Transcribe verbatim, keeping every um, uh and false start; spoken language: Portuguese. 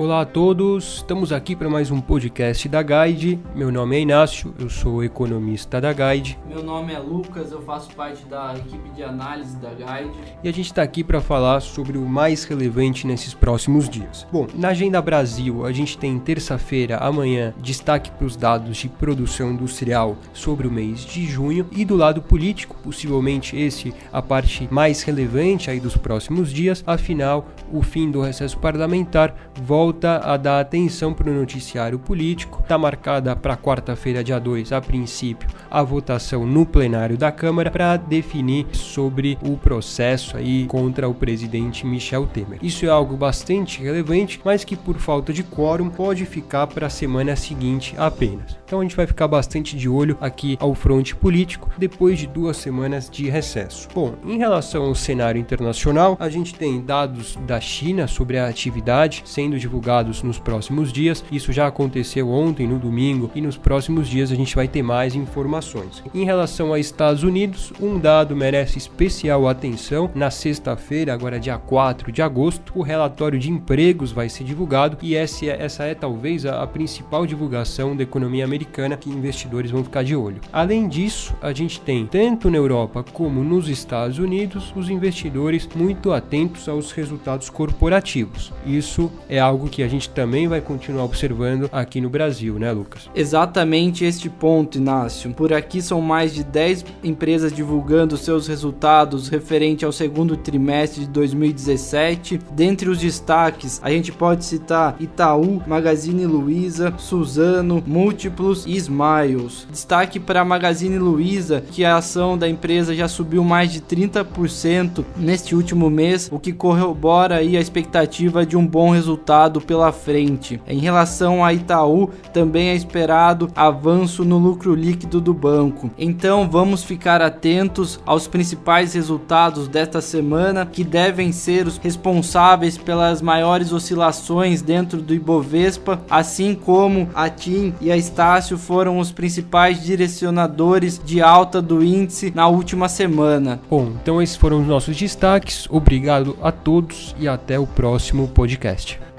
Olá a todos, estamos aqui para mais um podcast da Guide. Meu nome é Inácio, eu sou economista da Guide. Meu nome é Lucas, eu faço parte da equipe de análise da Guide. E a gente está aqui para falar sobre o mais relevante nesses próximos dias. Bom, na Agenda Brasil, a gente tem terça-feira, amanhã, destaque para os dados de produção industrial sobre o mês de junho. E do lado político, possivelmente esse a parte mais relevante aí dos próximos dias. Afinal, o fim do recesso parlamentar volta a dar atenção para o noticiário político. Está marcada para quarta-feira, dia dois, a princípio, a votação no plenário da Câmara para definir sobre o processo aí contra o presidente Michel Temer. Isso é algo bastante relevante, mas que por falta de quórum pode ficar para a semana seguinte apenas. Então a gente vai ficar bastante de olho aqui ao fronte político depois de duas semanas de recesso. Bom, em relação ao cenário internacional, a gente tem dados da China sobre a atividade sendo divulgados nos próximos dias. Isso já aconteceu ontem, no domingo, e nos próximos dias a gente vai ter mais informações. Em relação aos Estados Unidos, um dado merece especial atenção. Na sexta-feira, agora dia quatro de agosto, o relatório de empregos vai ser divulgado e essa é, essa é talvez a, a principal divulgação da economia americana que investidores vão ficar de olho. Além disso, a gente tem, tanto na Europa como nos Estados Unidos, os investidores muito atentos aos resultados corporativos. Isso é algo que a gente também vai continuar observando aqui no Brasil, né, Lucas? Exatamente este ponto, Inácio. Por aqui são mais de dez empresas divulgando seus resultados referente ao segundo trimestre de dois mil e dezessete. Dentre os destaques, a gente pode citar Itaú, Magazine Luiza, Suzano, Múltiplos e Smiles. Destaque para a Magazine Luiza, que a ação da empresa já subiu mais de trinta por cento neste último mês, o que corrobora aí a expectativa de um bom resultado pela frente. Em relação a Itaú, também é esperado avanço no lucro líquido do banco. Então vamos ficar atentos aos principais resultados desta semana, que devem ser os responsáveis pelas maiores oscilações dentro do Ibovespa, assim como a TIM e a Estácio foram os principais direcionadores de alta do índice na última semana. Bom, então esses foram os nossos destaques. Obrigado a todos e até o próximo podcast.